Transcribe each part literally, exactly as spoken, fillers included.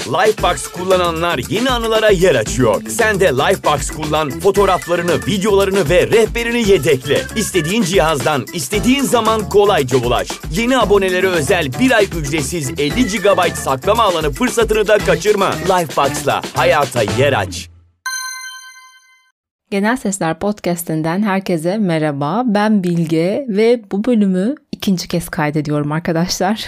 Lifebox kullananlar yeni anılara yer açıyor. Sen de Lifebox kullan, fotoğraflarını, videolarını ve rehberini yedekle. İstediğin cihazdan, istediğin zaman kolayca ulaş. Yeni abonelere özel bir ay ücretsiz elli gigabayt saklama alanı fırsatını da kaçırma. Lifebox'la hayata yer aç. Genel Sesler Podcast'inden herkese merhaba. Ben Bilge ve bu bölümü ikinci kez kaydediyorum arkadaşlar.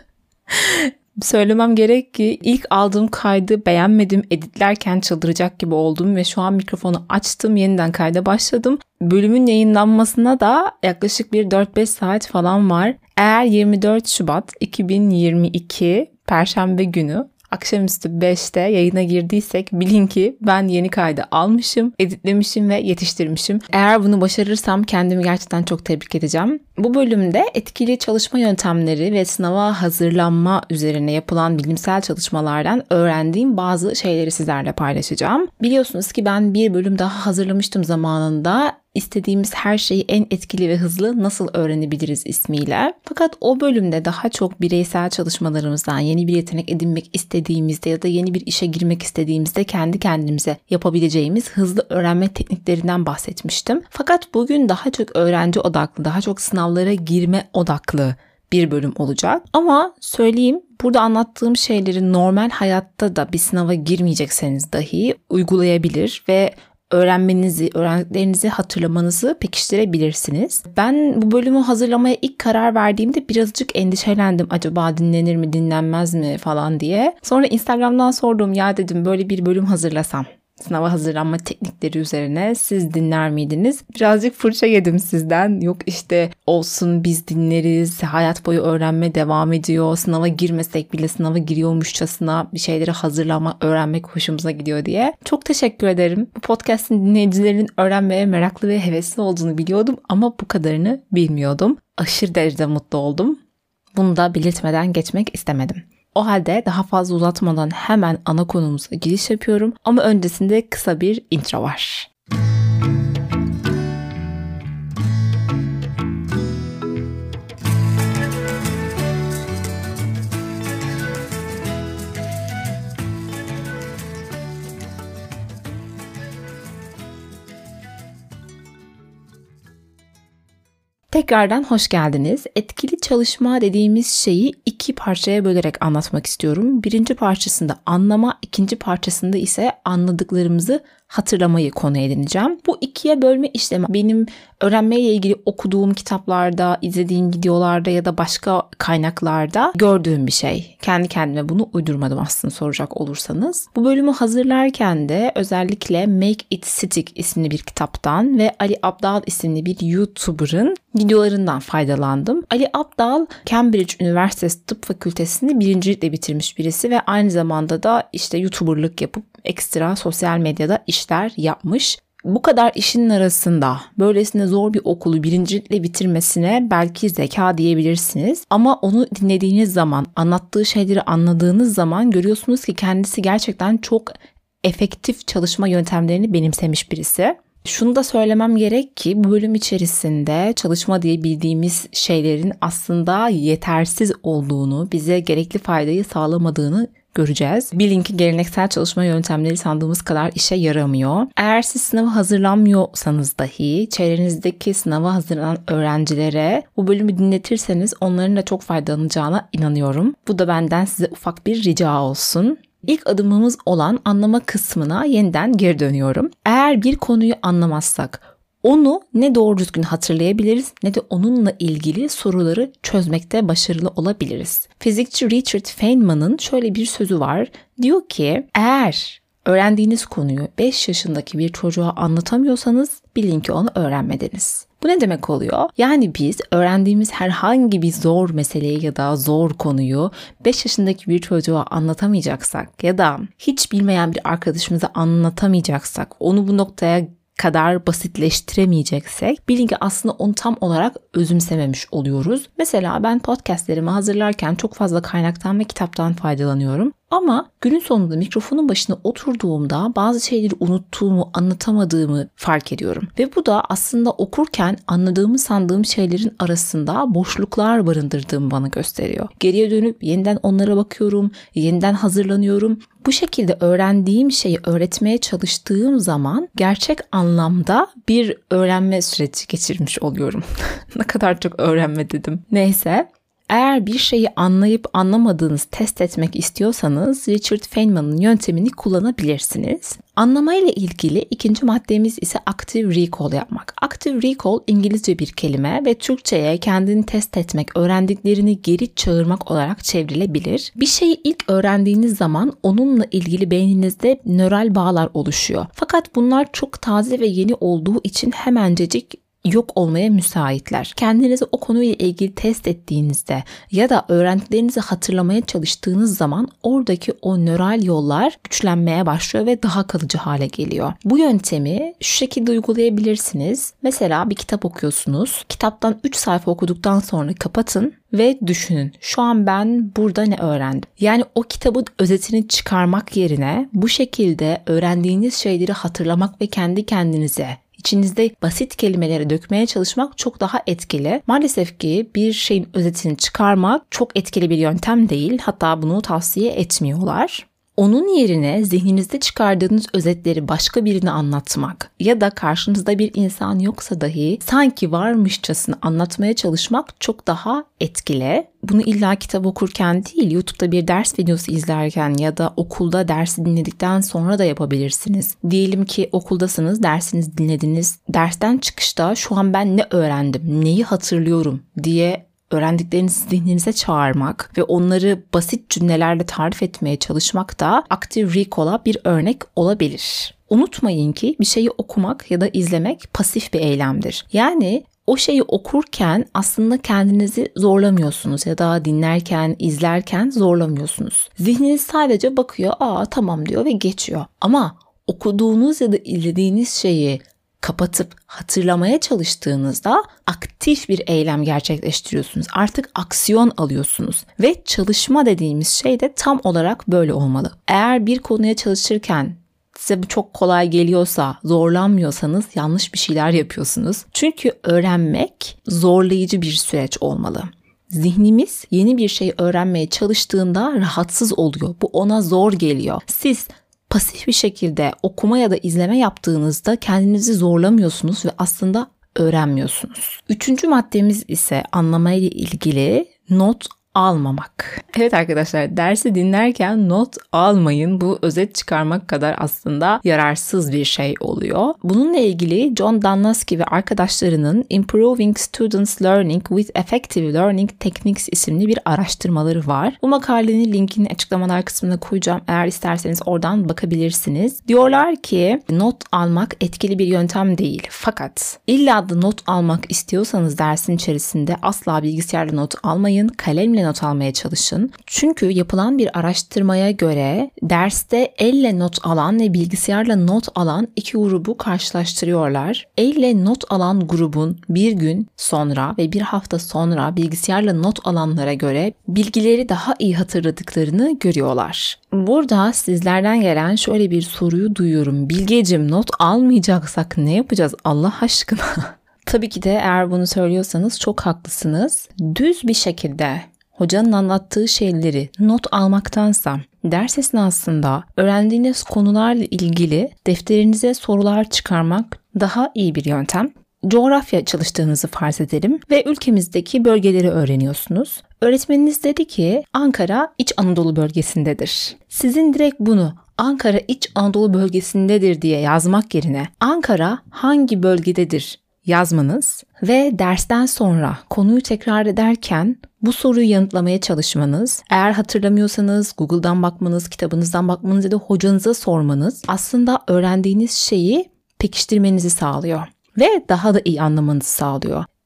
Söylemem gerek ki ilk aldığım kaydı beğenmedim, editlerken çıldıracak gibi oldum ve şu an mikrofonu açtım, yeniden kayda başladım. Bölümün yayınlanmasına da yaklaşık bir dört beş saat falan var. Eğer yirmi dört Şubat iki bin yirmi iki Perşembe günü akşamüstü beşte yayına girdiysek bilin ki ben yeni kaydı almışım, editlemişim ve yetiştirmişim. Eğer bunu başarırsam kendimi gerçekten çok tebrik edeceğim. Bu bölümde etkili çalışma yöntemleri ve sınava hazırlanma üzerine yapılan bilimsel çalışmalardan öğrendiğim bazı şeyleri sizlerle paylaşacağım. Biliyorsunuz ki ben bir bölüm daha hazırlamıştım zamanında. İstediğimiz her şeyi en etkili ve hızlı nasıl öğrenebiliriz ismiyle. Fakat o bölümde daha çok bireysel çalışmalarımızdan, yeni bir yetenek edinmek istediğimizde ya da yeni bir işe girmek istediğimizde kendi kendimize yapabileceğimiz hızlı öğrenme tekniklerinden bahsetmiştim. Fakat bugün daha çok öğrenci odaklı, daha çok sınavlara girme odaklı bir bölüm olacak. Ama söyleyeyim, burada anlattığım şeyleri normal hayatta da bir sınava girmeyecekseniz dahi uygulayabilir ve öğrenmenizi, öğrendiklerinizi hatırlamanızı pekiştirebilirsiniz. Ben bu bölümü hazırlamaya ilk karar verdiğimde birazcık endişelendim. Acaba dinlenir mi, dinlenmez mi falan diye. Sonra Instagram'dan sordum, ya dedim böyle bir bölüm hazırlasam, sınava hazırlanma teknikleri üzerine siz dinler miydiniz? Birazcık fırça yedim sizden. Yok işte olsun biz dinleriz, hayat boyu öğrenme devam ediyor, sınava girmesek bile sınava giriyormuşçasına bir şeyleri hazırlama, öğrenmek hoşumuza gidiyor diye. Çok teşekkür ederim. Bu podcast'in dinleyicilerinin öğrenmeye meraklı ve hevesli olduğunu biliyordum ama bu kadarını bilmiyordum. Aşırı derecede mutlu oldum. Bunu da belirtmeden geçmek istemedim. O halde daha fazla uzatmadan hemen ana konumuza giriş yapıyorum ama öncesinde kısa bir intro var. Tekrardan hoş geldiniz. Etkili çalışma dediğimiz şeyi iki parçaya bölerek anlatmak istiyorum. Birinci parçasında anlama, ikinci parçasında ise anladıklarımızı hatırlamayı konu edineceğim. Bu ikiye bölme işlemi benim öğrenmeyle ilgili okuduğum kitaplarda, izlediğim videolarda ya da başka kaynaklarda gördüğüm bir şey. Kendi kendime bunu uydurmadım aslında soracak olursanız. Bu bölümü hazırlarken de özellikle Make It Stick isimli bir kitaptan ve Ali Abdaal isimli bir YouTuber'ın videolarından faydalandım. Ali Abdaal, Cambridge Üniversitesi Tıp Fakültesini birincilikle bitirmiş birisi ve aynı zamanda da işte YouTuber'lık yapıp ekstra sosyal medyada işler yapmış. Bu kadar işin arasında böylesine zor bir okulu birincilikle bitirmesine belki zeka diyebilirsiniz. Ama onu dinlediğiniz zaman, anlattığı şeyleri anladığınız zaman görüyorsunuz ki kendisi gerçekten çok efektif çalışma yöntemlerini benimsemiş birisi. Şunu da söylemem gerek ki bu bölüm içerisinde çalışma diye bildiğimiz şeylerin aslında yetersiz olduğunu, bize gerekli faydayı sağlamadığını göreceğiz. Bilin ki geleneksel çalışma yöntemleri sandığımız kadar işe yaramıyor. Eğer siz sınava hazırlanmıyorsanız dahi çevrenizdeki sınava hazırlanan öğrencilere bu bölümü dinletirseniz onların da çok faydalanacağına inanıyorum. Bu da benden size ufak bir rica olsun. İlk adımımız olan anlama kısmına yeniden geri dönüyorum. Eğer bir konuyu anlamazsak onu ne doğru düzgün hatırlayabiliriz ne de onunla ilgili soruları çözmekte başarılı olabiliriz. Fizikçi Richard Feynman'ın şöyle bir sözü var. Diyor ki eğer öğrendiğiniz konuyu beş yaşındaki bir çocuğa anlatamıyorsanız bilin ki onu öğrenmediniz. Bu ne demek oluyor? Yani biz öğrendiğimiz herhangi bir zor meseleyi ya da zor konuyu beş yaşındaki bir çocuğa anlatamayacaksak ya da hiç bilmeyen bir arkadaşımıza anlatamayacaksak, onu bu noktaya kadar basitleştiremeyeceksek bilin ki aslında onu tam olarak özümsememiş oluyoruz. Mesela ben podcastlerimi hazırlarken çok fazla kaynaktan ve kitaptan faydalanıyorum. Ama günün sonunda mikrofonun başına oturduğumda bazı şeyleri unuttuğumu, anlatamadığımı fark ediyorum. Ve bu da aslında okurken anladığımı sandığım şeylerin arasında boşluklar barındırdığımı bana gösteriyor. Geriye dönüp yeniden onlara bakıyorum, yeniden hazırlanıyorum. Bu şekilde öğrendiğim şeyi öğretmeye çalıştığım zaman gerçek anlamda bir öğrenme süreci geçirmiş oluyorum. Ne kadar çok öğrenme dedim. Neyse. Eğer bir şeyi anlayıp anlamadığınızı test etmek istiyorsanız Richard Feynman'ın yöntemini kullanabilirsiniz. Anlamayla ilgili ikinci maddemiz ise active recall yapmak. Active recall İngilizce bir kelime ve Türkçe'ye kendini test etmek, öğrendiklerini geri çağırmak olarak çevrilebilir. Bir şeyi ilk öğrendiğiniz zaman onunla ilgili beyninizde nöral bağlar oluşuyor. Fakat bunlar çok taze ve yeni olduğu için hemencecik yok olmaya müsaitler. Kendinizi o konuyla ilgili test ettiğinizde ya da öğrendiklerinizi hatırlamaya çalıştığınız zaman oradaki o nöral yollar güçlenmeye başlıyor ve daha kalıcı hale geliyor. Bu yöntemi şu şekilde uygulayabilirsiniz. Mesela bir kitap okuyorsunuz. Kitaptan üç sayfa okuduktan sonra kapatın ve düşünün. Şu an ben burada ne öğrendim? Yani o kitabın özetini çıkarmak yerine bu şekilde öğrendiğiniz şeyleri hatırlamak ve kendi kendinize İçinizde basit kelimeleri dökmeye çalışmak çok daha etkili. Maalesef ki bir şeyin özetini çıkarmak çok etkili bir yöntem değil. Hatta bunu tavsiye etmiyorlar. Onun yerine zihninizde çıkardığınız özetleri başka birine anlatmak ya da karşınızda bir insan yoksa dahi sanki varmışçasına anlatmaya çalışmak çok daha etkili. Bunu illa kitap okurken değil, YouTube'da bir ders videosu izlerken ya da okulda dersi dinledikten sonra da yapabilirsiniz. Diyelim ki okuldasınız, dersinizi dinlediniz. Dersten çıkışta şu an ben ne öğrendim, neyi hatırlıyorum diye öğrendiklerinizi zihninize çağırmak ve onları basit cümlelerle tarif etmeye çalışmak da active recall'a bir örnek olabilir. Unutmayın ki bir şeyi okumak ya da izlemek pasif bir eylemdir. Yani o şeyi okurken aslında kendinizi zorlamıyorsunuz ya da dinlerken, izlerken zorlamıyorsunuz. Zihniniz sadece bakıyor, aa tamam diyor ve geçiyor. Ama okuduğunuz ya da izlediğiniz şeyi kapatıp hatırlamaya çalıştığınızda aktif bir eylem gerçekleştiriyorsunuz. Artık aksiyon alıyorsunuz ve çalışma dediğimiz şey de tam olarak böyle olmalı. Eğer bir konuya çalışırken size bu çok kolay geliyorsa, zorlanmıyorsanız yanlış bir şeyler yapıyorsunuz. Çünkü öğrenmek zorlayıcı bir süreç olmalı. Zihnimiz yeni bir şey öğrenmeye çalıştığında rahatsız oluyor. Bu ona zor geliyor. Siz pasif bir şekilde okuma ya da izleme yaptığınızda kendinizi zorlamıyorsunuz ve aslında öğrenmiyorsunuz. Üçüncü maddemiz ise anlamayla ilgili not almamak. Evet arkadaşlar, dersi dinlerken not almayın. Bu özet çıkarmak kadar aslında yararsız bir şey oluyor. Bununla ilgili John Danlaski ve arkadaşlarının Improving Students Learning with Effective Learning Techniques isimli bir araştırmaları var. Bu makalenin linkini açıklamalar kısmına koyacağım. Eğer isterseniz oradan bakabilirsiniz. Diyorlar ki not almak etkili bir yöntem değil. Fakat illa da not almak istiyorsanız dersin içerisinde asla bilgisayarla not almayın. Kalemle not almaya çalışın. Çünkü yapılan bir araştırmaya göre derste elle not alan ve bilgisayarla not alan iki grubu karşılaştırıyorlar. Elle not alan grubun bir gün sonra ve bir hafta sonra bilgisayarla not alanlara göre bilgileri daha iyi hatırladıklarını görüyorlar. Burada sizlerden gelen şöyle bir soruyu duyuyorum. Bilgeciğim, not almayacaksak ne yapacağız Allah aşkına? Tabii ki de eğer bunu söylüyorsanız çok haklısınız. Düz bir şekilde hocanın anlattığı şeyleri not almaktansa ders esnasında öğrendiğiniz konularla ilgili defterinize sorular çıkarmak daha iyi bir yöntem. Coğrafya çalıştığınızı farz edelim ve ülkemizdeki bölgeleri öğreniyorsunuz. Öğretmeniniz dedi ki Ankara İç Anadolu bölgesindedir. Sizin direkt bunu Ankara İç Anadolu bölgesindedir diye yazmak yerine Ankara hangi bölgededir yazmanız ve dersten sonra konuyu tekrar ederken bu soruyu yanıtlamaya çalışmanız, eğer hatırlamıyorsanız Google'dan bakmanız, kitabınızdan bakmanız ya da hocanıza sormanız aslında öğrendiğiniz şeyi pekiştirmenizi sağlıyor ve daha da iyi anlamanızı sağlıyor.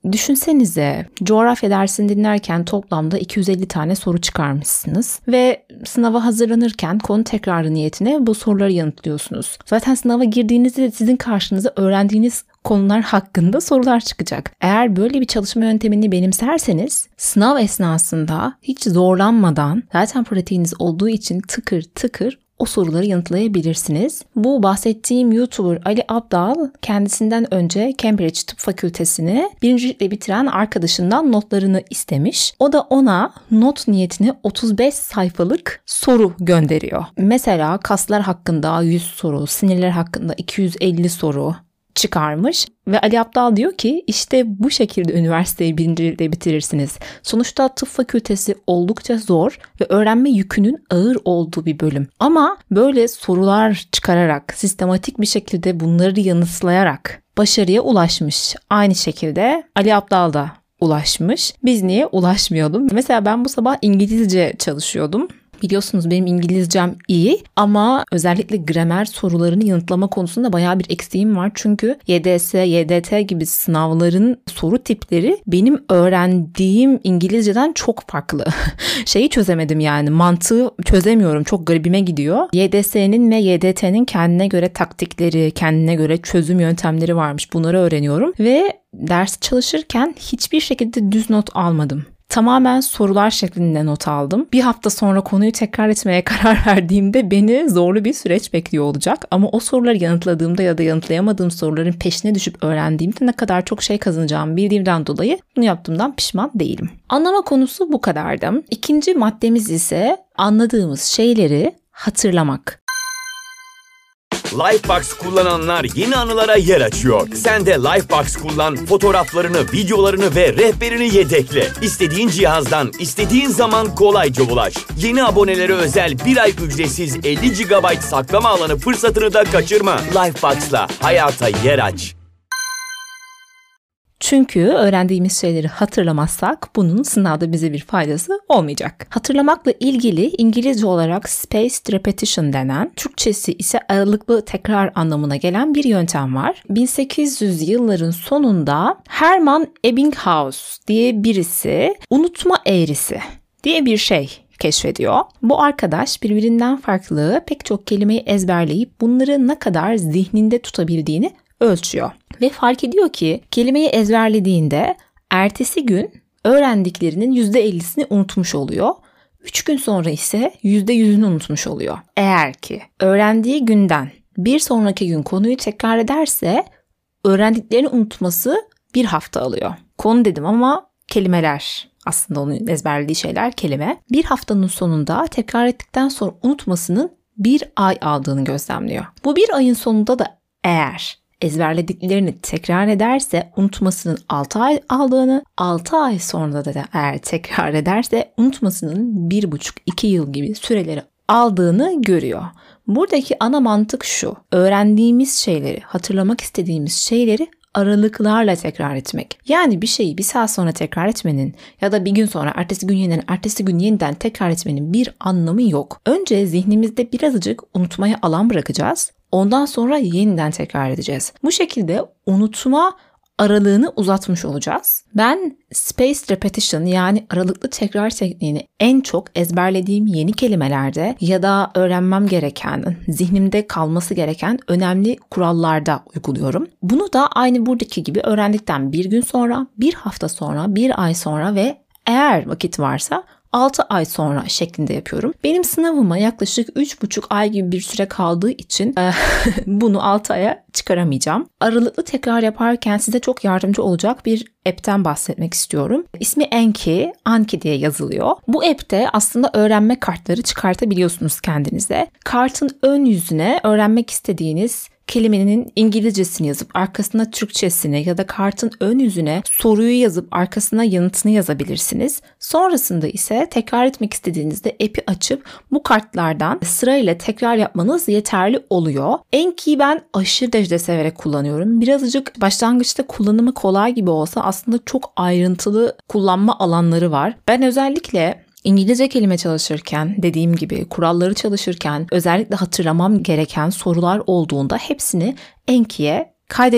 Düşünsenize, coğrafya dersini dinlerken toplamda iki yüz elli tane soru çıkarmışsınız ve sınava hazırlanırken konu tekrarı niyetine bu soruları yanıtlıyorsunuz. Zaten sınava girdiğinizde sizin karşınıza öğrendiğiniz konular hakkında sorular çıkacak. Eğer böyle bir çalışma yöntemini benimserseniz sınav esnasında hiç zorlanmadan, zaten pratiğiniz olduğu için tıkır tıkır o soruları yanıtlayabilirsiniz. Bu bahsettiğim YouTuber Ali Abdal kendisinden önce Cambridge Tıp Fakültesini birincilikle bitiren arkadaşından notlarını istemiş. O da ona not niyetine otuz beş sayfalık soru gönderiyor. Mesela kaslar hakkında yüz soru, sinirler hakkında iki yüz elli soru çıkarmış ve Ali Abdal diyor ki işte bu şekilde üniversiteyi birincilikle bitirirsiniz. Sonuçta tıp fakültesi oldukça zor ve öğrenme yükünün ağır olduğu bir bölüm. Ama böyle sorular çıkararak, sistematik bir şekilde bunları yanıtlayarak başarıya ulaşmış. Aynı şekilde Ali Abdal da ulaşmış. Biz niye ulaşmıyordum? Mesela ben bu sabah İngilizce çalışıyordum. Biliyorsunuz benim İngilizcem iyi ama özellikle gramer sorularını yanıtlama konusunda bayağı bir eksiğim var. Çünkü Y D S, Y D T gibi sınavların soru tipleri benim öğrendiğim İngilizceden çok farklı. Şeyi çözemedim yani, mantığı çözemiyorum. Çok garibime gidiyor. Y D S'nin ve Y D T'nin kendine göre taktikleri, kendine göre çözüm yöntemleri varmış. Bunları öğreniyorum ve ders çalışırken hiçbir şekilde düz not almadım. Tamamen sorular şeklinde not aldım. Bir hafta sonra konuyu tekrar etmeye karar verdiğimde beni zorlu bir süreç bekliyor olacak. Ama o soruları yanıtladığımda ya da yanıtlayamadığım soruların peşine düşüp öğrendiğimde ne kadar çok şey kazanacağımı bildiğimden dolayı bunu yaptığımdan pişman değilim. Anlama konusu bu kadardı. İkinci maddemiz ise anladığımız şeyleri hatırlamak. Lifebox kullananlar yeni anılara yer açıyor. Sen de Lifebox kullan, fotoğraflarını, videolarını ve rehberini yedekle. İstediğin cihazdan, istediğin zaman kolayca ulaş. Yeni abonelere özel bir ay ücretsiz elli gigabayt saklama alanı fırsatını da kaçırma. Lifebox'la hayata yer aç. Çünkü öğrendiğimiz şeyleri hatırlamazsak bunun sınavda bize bir faydası olmayacak. Hatırlamakla ilgili İngilizce olarak spaced repetition denen, Türkçesi ise aralıklı tekrar anlamına gelen bir yöntem var. bin sekiz yüz yılların sonunda Hermann Ebbinghaus diye birisi unutma eğrisi diye bir şey keşfediyor. Bu arkadaş birbirinden farklı pek çok kelimeyi ezberleyip bunları ne kadar zihninde tutabildiğini ölçüyor. Ve fark ediyor ki kelimeyi ezberlediğinde ertesi gün öğrendiklerinin yüzde ellisini unutmuş oluyor. üç gün sonra ise yüzde yüzünü unutmuş oluyor. Eğer ki öğrendiği günden bir sonraki gün konuyu tekrar ederse öğrendiklerini unutması bir hafta alıyor. Konu dedim ama kelimeler, aslında onun ezberlediği şeyler kelime. Bir haftanın sonunda tekrar ettikten sonra unutmasının bir ay aldığını gözlemliyor. Bu bir ayın sonunda da eğer ezberlediklerini tekrar ederse unutmasının altı ay aldığını, altı ay sonra da eğer tekrar ederse unutmasının bir buçuk iki yıl gibi süreleri aldığını görüyor. Buradaki ana mantık şu: öğrendiğimiz şeyleri, hatırlamak istediğimiz şeyleri aralıklarla tekrar etmek. Yani bir şeyi bir saat sonra tekrar etmenin ya da bir gün sonra, ertesi gün yeniden, ertesi gün yeniden tekrar etmenin bir anlamı yok. Önce zihnimizde birazcık unutmaya alan bırakacağız. Ondan sonra yeniden tekrar edeceğiz. Bu şekilde unutma aralığını uzatmış olacağız. Ben spaced repetition yani aralıklı tekrar tekniğini en çok ezberlediğim yeni kelimelerde ya da öğrenmem gereken, zihnimde kalması gereken önemli kurallarda uyguluyorum. Bunu da aynı buradaki gibi öğrendikten bir gün sonra, bir hafta sonra, bir ay sonra ve eğer vakit varsa altı ay sonra şeklinde yapıyorum. Benim sınavıma yaklaşık üç buçuk ay gibi bir süre kaldığı için bunu altı aya çıkaramayacağım. Aralıklı tekrar yaparken size çok yardımcı olacak bir app'ten bahsetmek istiyorum. İsmi Anki, Anki diye yazılıyor. Bu app'te aslında öğrenme kartları çıkartabiliyorsunuz kendinize. Kartın ön yüzüne öğrenmek istediğiniz kelimenin İngilizcesini yazıp arkasına Türkçesini ya da kartın ön yüzüne soruyu yazıp arkasına yanıtını yazabilirsiniz. Sonrasında ise tekrar etmek istediğinizde app'i açıp bu kartlardan sırayla tekrar yapmanız yeterli oluyor. Anki'yi ben aşırı derecede severek kullanıyorum. Birazcık başlangıçta kullanımı kolay gibi olsa aslında çok ayrıntılı kullanma alanları var. Ben özellikle İngilizce kelime çalışırken, dediğim gibi kuralları çalışırken özellikle hatırlamam gereken sorular olduğunda hepsini Anki'ye kaydediyorum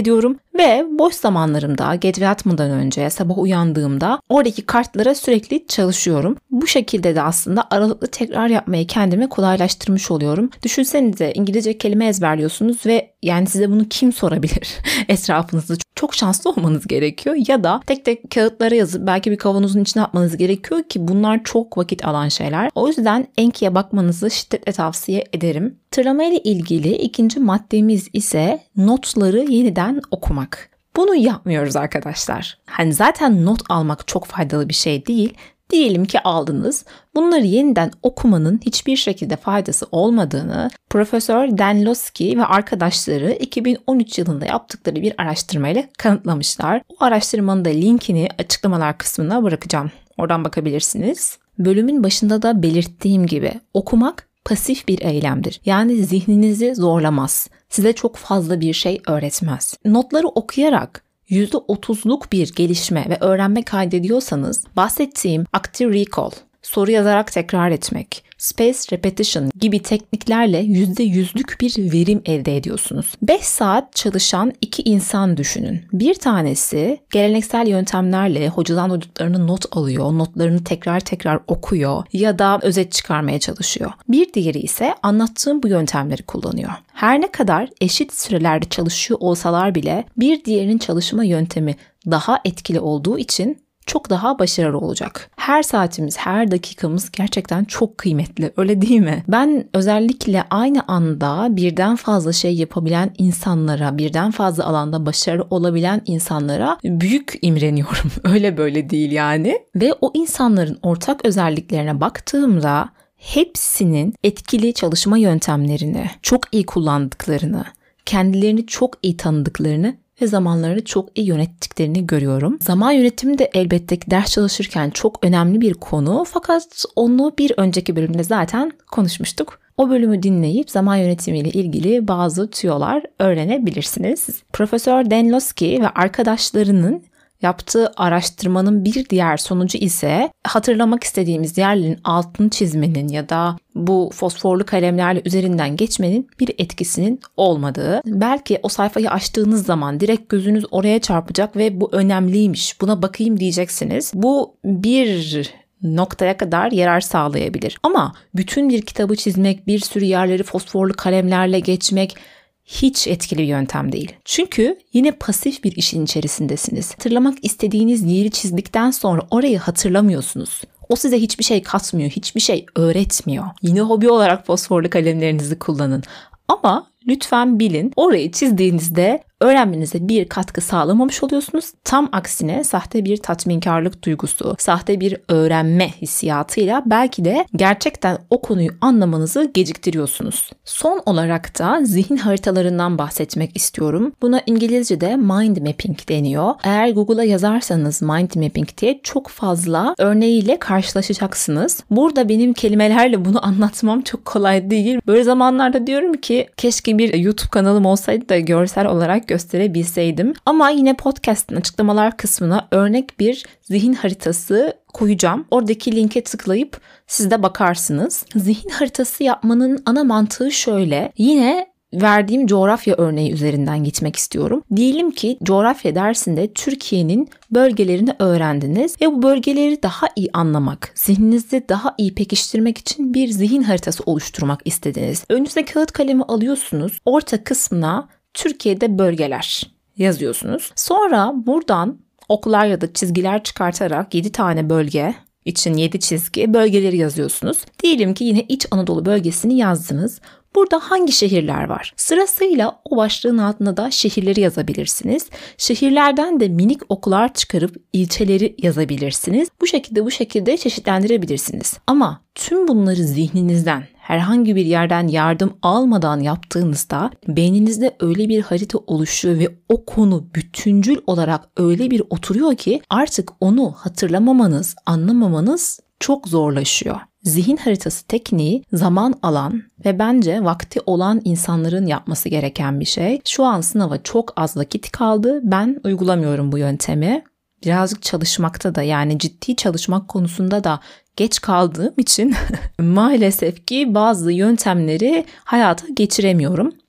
Ve boş zamanlarımda, gece yatmadan önce, sabah uyandığımda oradaki kartlara sürekli çalışıyorum. Bu şekilde de aslında aralıklı tekrar yapmayı kendime kolaylaştırmış oluyorum. Düşünsenize, İngilizce kelime ezberliyorsunuz ve yani size bunu kim sorabilir? Etrafınızda çok şanslı olmanız gerekiyor. Ya da tek tek kağıtlara yazıp belki bir kavanozun içine atmanız gerekiyor ki bunlar çok vakit alan şeyler. O yüzden Enki'ye bakmanızı şiddetle tavsiye ederim. Sıralama ile ilgili ikinci maddemiz ise notları yeniden okumak. Bunu yapmıyoruz arkadaşlar. Hani zaten not almak çok faydalı bir şey değil. Diyelim ki aldınız. Bunları yeniden okumanın hiçbir şekilde faydası olmadığını Profesör Dan Losky ve arkadaşları iki bin on üç yılında yaptıkları bir araştırmayla kanıtlamışlar. O araştırmanın da linkini açıklamalar kısmına bırakacağım. Oradan bakabilirsiniz. Bölümün başında da belirttiğim gibi okumak pasif bir eylemdir. Yani zihninizi zorlamaz. Size çok fazla bir şey öğretmez. Notları okuyarak yüzde otuzluk bir gelişme ve öğrenme kaydediyorsanız bahsettiğim active recall, soru yazarak tekrar etmek, spaced repetition gibi tekniklerle yüzde yüzlük bir verim elde ediyorsunuz. beş saat çalışan iki insan düşünün. Bir tanesi geleneksel yöntemlerle hocadan duyduklarını not alıyor, notlarını tekrar tekrar okuyor ya da özet çıkarmaya çalışıyor. Bir diğeri ise anlattığım bu yöntemleri kullanıyor. Her ne kadar eşit sürelerde çalışıyor olsalar bile bir diğerinin çalışma yöntemi daha etkili olduğu için çok daha başarılı olacak. Her saatimiz, her dakikamız gerçekten çok kıymetli. Öyle değil mi? Ben özellikle aynı anda birden fazla şey yapabilen insanlara, birden fazla alanda başarılı olabilen insanlara büyük imreniyorum. Öyle böyle değil yani. Ve o insanların ortak özelliklerine baktığımda hepsinin etkili çalışma yöntemlerini çok iyi kullandıklarını, kendilerini çok iyi tanıdıklarını ve zamanlarını çok iyi yönettiklerini görüyorum. Zaman yönetimi de elbette ki ders çalışırken çok önemli bir konu, fakat onu bir önceki bölümde zaten konuşmuştuk. O bölümü dinleyip zaman yönetimiyle ilgili bazı tüyolar öğrenebilirsiniz. Profesör Dan Losky ve arkadaşlarının yaptığı araştırmanın bir diğer sonucu ise hatırlamak istediğimiz yerlerin altını çizmenin ya da bu fosforlu kalemlerle üzerinden geçmenin bir etkisinin olmadığı. Belki o sayfayı açtığınız zaman direkt gözünüz oraya çarpacak ve bu önemliymiş, buna bakayım diyeceksiniz. Bu bir noktaya kadar yarar sağlayabilir. Ama bütün bir kitabı çizmek, bir sürü yerleri fosforlu kalemlerle geçmek hiç etkili bir yöntem değil. Çünkü yine pasif bir işin içerisindesiniz. Hatırlamak istediğiniz yeri çizdikten sonra orayı hatırlamıyorsunuz. O size hiçbir şey katmıyor, hiçbir şey öğretmiyor. Yine hobi olarak fosforlu kalemlerinizi kullanın. Ama lütfen bilin, orayı çizdiğinizde öğrenmenize bir katkı sağlamamış oluyorsunuz. Tam aksine sahte bir tatminkarlık duygusu, sahte bir öğrenme hissiyatıyla belki de gerçekten o konuyu anlamanızı geciktiriyorsunuz. Son olarak da zihin haritalarından bahsetmek istiyorum. Buna İngilizce'de mind mapping deniyor. Eğer Google'a yazarsanız mind mapping diye çok fazla örneğiyle karşılaşacaksınız. Burada benim kelimelerle bunu anlatmam çok kolay değil. Böyle zamanlarda diyorum ki keşke bir YouTube kanalım olsaydı da görsel olarak gösterebilseydim. Ama yine podcast'ın açıklamalar kısmına örnek bir zihin haritası koyacağım. Oradaki linke tıklayıp siz de bakarsınız. Zihin haritası yapmanın ana mantığı şöyle. Yine verdiğim coğrafya örneği üzerinden gitmek istiyorum. Diyelim ki coğrafya dersinde Türkiye'nin bölgelerini öğrendiniz ve bu bölgeleri daha iyi anlamak, zihninizde daha iyi pekiştirmek için bir zihin haritası oluşturmak istediniz. Önünüze kağıt kalemi alıyorsunuz. Orta kısmına Türkiye'de bölgeler yazıyorsunuz. Sonra buradan oklar ya da çizgiler çıkartarak yedi tane bölge için yedi çizgi bölgeleri yazıyorsunuz. Diyelim ki yine İç Anadolu bölgesini yazdınız. Burada hangi şehirler var? Sırasıyla o başlığın altında da şehirleri yazabilirsiniz. Şehirlerden de minik oklar çıkarıp ilçeleri yazabilirsiniz. Bu şekilde bu şekilde çeşitlendirebilirsiniz. Ama tüm bunları zihninizden, herhangi bir yerden yardım almadan yaptığınızda beyninizde öyle bir harita oluşuyor ve o konu bütüncül olarak öyle bir oturuyor ki artık onu hatırlamamanız, anlamamanız çok zorlaşıyor. Zihin haritası tekniği zaman alan ve bence vakti olan insanların yapması gereken bir şey. Şu an sınava çok az vakit kaldı. Ben uygulamıyorum bu yöntemi. Birazcık çalışmakta da, yani ciddi çalışmak konusunda da geç kaldığım için maalesef ki bazı yöntemleri hayata geçiremiyorum.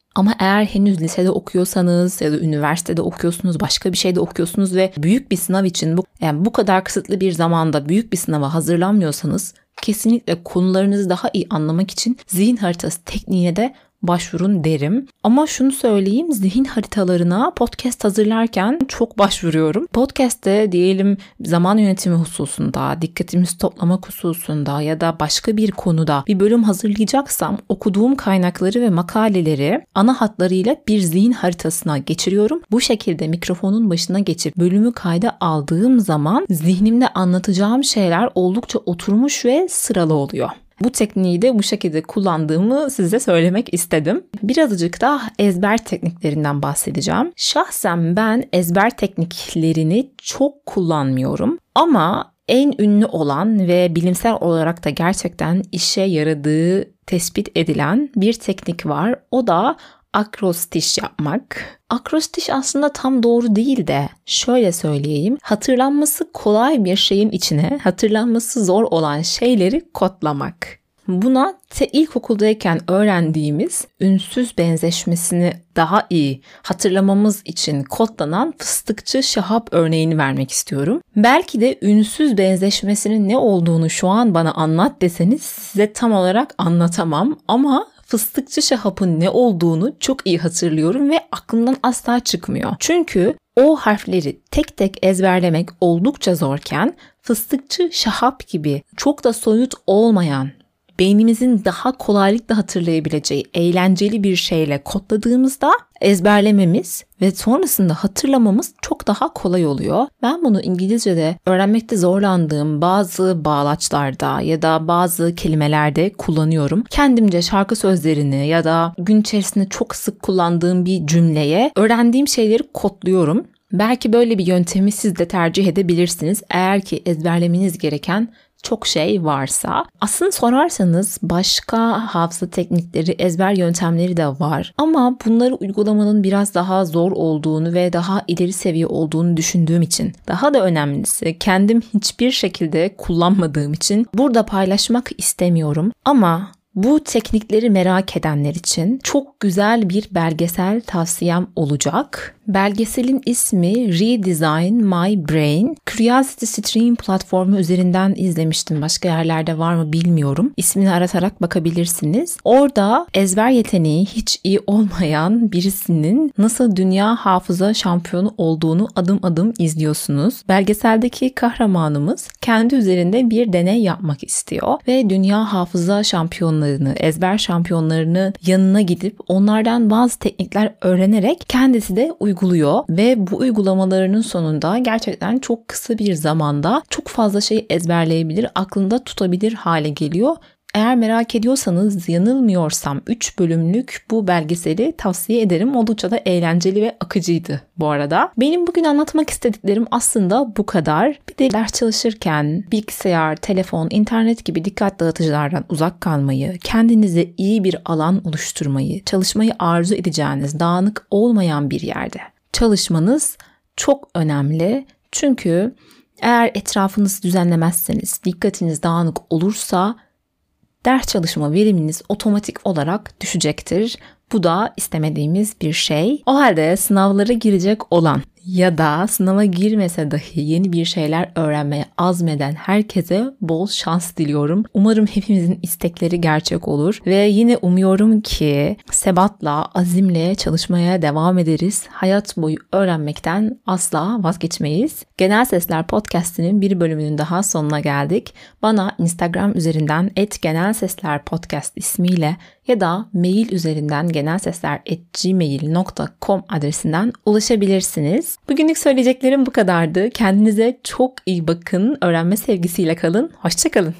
Ama eğer henüz lisede okuyorsanız ya da üniversitede okuyorsunuz, başka bir şeyde okuyorsunuz ve büyük bir sınav için bu, yani bu kadar kısıtlı bir zamanda büyük bir sınava hazırlanmıyorsanız kesinlikle konularınızı daha iyi anlamak için zihin haritası tekniğine de başvurun derim. Ama şunu söyleyeyim, zihin haritalarına podcast hazırlarken çok başvuruyorum. Podcast'te diyelim zaman yönetimi hususunda, dikkatimizi toplamak hususunda ya da başka bir konuda bir bölüm hazırlayacaksam okuduğum kaynakları ve makaleleri ana hatlarıyla bir zihin haritasına geçiriyorum. Bu şekilde mikrofonun başına geçip bölümü kayda aldığım zaman zihnimde anlatacağım şeyler oldukça oturmuş ve sıralı oluyor. Bu tekniği de bu şekilde kullandığımı size söylemek istedim. Birazcık da ezber tekniklerinden bahsedeceğim. Şahsen ben ezber tekniklerini çok kullanmıyorum ama en ünlü olan ve bilimsel olarak da gerçekten işe yaradığı tespit edilen bir teknik var. O da akrostiş yapmak. Akrostiş aslında tam doğru değil de şöyle söyleyeyim. Hatırlanması kolay bir şeyin içine hatırlanması zor olan şeyleri kodlamak. Buna te ilkokuldayken öğrendiğimiz ünsüz benzeşmesini daha iyi hatırlamamız için kodlanan fıstıkçı Şahap örneğini vermek istiyorum. Belki de ünsüz benzeşmesinin ne olduğunu şu an bana anlat deseniz size tam olarak anlatamam ama fıstıkçı Şahap'ın ne olduğunu çok iyi hatırlıyorum ve aklımdan asla çıkmıyor. Çünkü o harfleri tek tek ezberlemek oldukça zorken fıstıkçı Şahap gibi çok da soyut olmayan, beynimizin daha kolaylıkla hatırlayabileceği eğlenceli bir şeyle kodladığımızda ezberlememiz ve sonrasında hatırlamamız çok daha kolay oluyor. Ben bunu İngilizce'de öğrenmekte zorlandığım bazı bağlaçlarda ya da bazı kelimelerde kullanıyorum. Kendimce şarkı sözlerini ya da gün içerisinde çok sık kullandığım bir cümleye öğrendiğim şeyleri kodluyorum. Belki böyle bir yöntemi siz de tercih edebilirsiniz eğer ki ezberlemeniz gereken çok şey varsa. Aslında sorarsanız başka hafıza teknikleri, ezber yöntemleri de var. Ama bunları uygulamanın biraz daha zor olduğunu ve daha ileri seviye olduğunu düşündüğüm için, daha da önemlisi kendim hiçbir şekilde kullanmadığım için burada paylaşmak istemiyorum. Ama bu teknikleri merak edenler için çok güzel bir belgesel tavsiyem olacak. Belgeselin ismi Redesign My Brain. Curiosity Stream platformu üzerinden izlemiştim. Başka yerlerde var mı bilmiyorum. İsmini aratarak bakabilirsiniz. Orada ezber yeteneği hiç iyi olmayan birisinin nasıl dünya hafıza şampiyonu olduğunu adım adım izliyorsunuz. Belgeseldeki kahramanımız kendi üzerinde bir deney yapmak istiyor ve dünya hafıza şampiyonlarını, ezber şampiyonlarını yanına gidip onlardan bazı teknikler öğrenerek kendisi de uyguluyor ve bu uygulamalarının sonunda gerçekten çok kısa bir zamanda çok fazla şey ezberleyebilir, aklında tutabilir hale geliyor. Eğer merak ediyorsanız yanılmıyorsam üç bölümlük bu belgeseli tavsiye ederim. Oldukça da eğlenceli ve akıcıydı bu arada. Benim bugün anlatmak istediklerim aslında bu kadar. Bir de ders çalışırken bilgisayar, telefon, internet gibi dikkat dağıtıcılardan uzak kalmayı, kendinize iyi bir alan oluşturmayı, çalışmayı arzu edeceğiniz, dağınık olmayan bir yerde çalışmanız çok önemli. Çünkü eğer etrafınızı düzenlemezseniz, dikkatiniz dağınık olursa ders çalışma veriminiz otomatik olarak düşecektir. Bu da istemediğimiz bir şey. O halde sınavlara girecek olan ya da sınava girmese dahi yeni bir şeyler öğrenmeye azmeden herkese bol şans diliyorum. Umarım hepimizin istekleri gerçek olur ve yine umuyorum ki sebatla, azimle çalışmaya devam ederiz. Hayat boyu öğrenmekten asla vazgeçmeyiz. Genel Sesler Podcast'inin bir bölümünün daha sonuna geldik. Bana Instagram üzerinden et genelseslerpodcast ismiyle ya da mail üzerinden genelsesler at gmail nokta com adresinden ulaşabilirsiniz. Bugünlük söyleyeceklerim bu kadardı. Kendinize çok iyi bakın. Öğrenme sevgisiyle kalın. Hoşça kalın.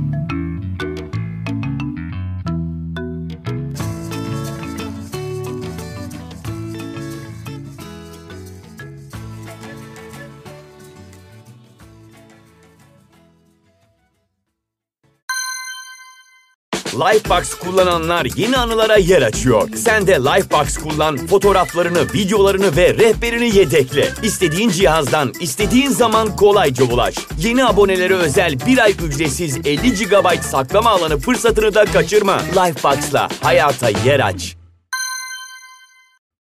Lifebox kullananlar yeni anılara yer açıyor. Sen de Lifebox kullan, fotoğraflarını, videolarını ve rehberini yedekle. İstediğin cihazdan, istediğin zaman kolayca ulaş. Yeni abonelere özel bir ay ücretsiz elli gigabayt saklama alanı fırsatını da kaçırma. Lifebox'la hayata yer aç.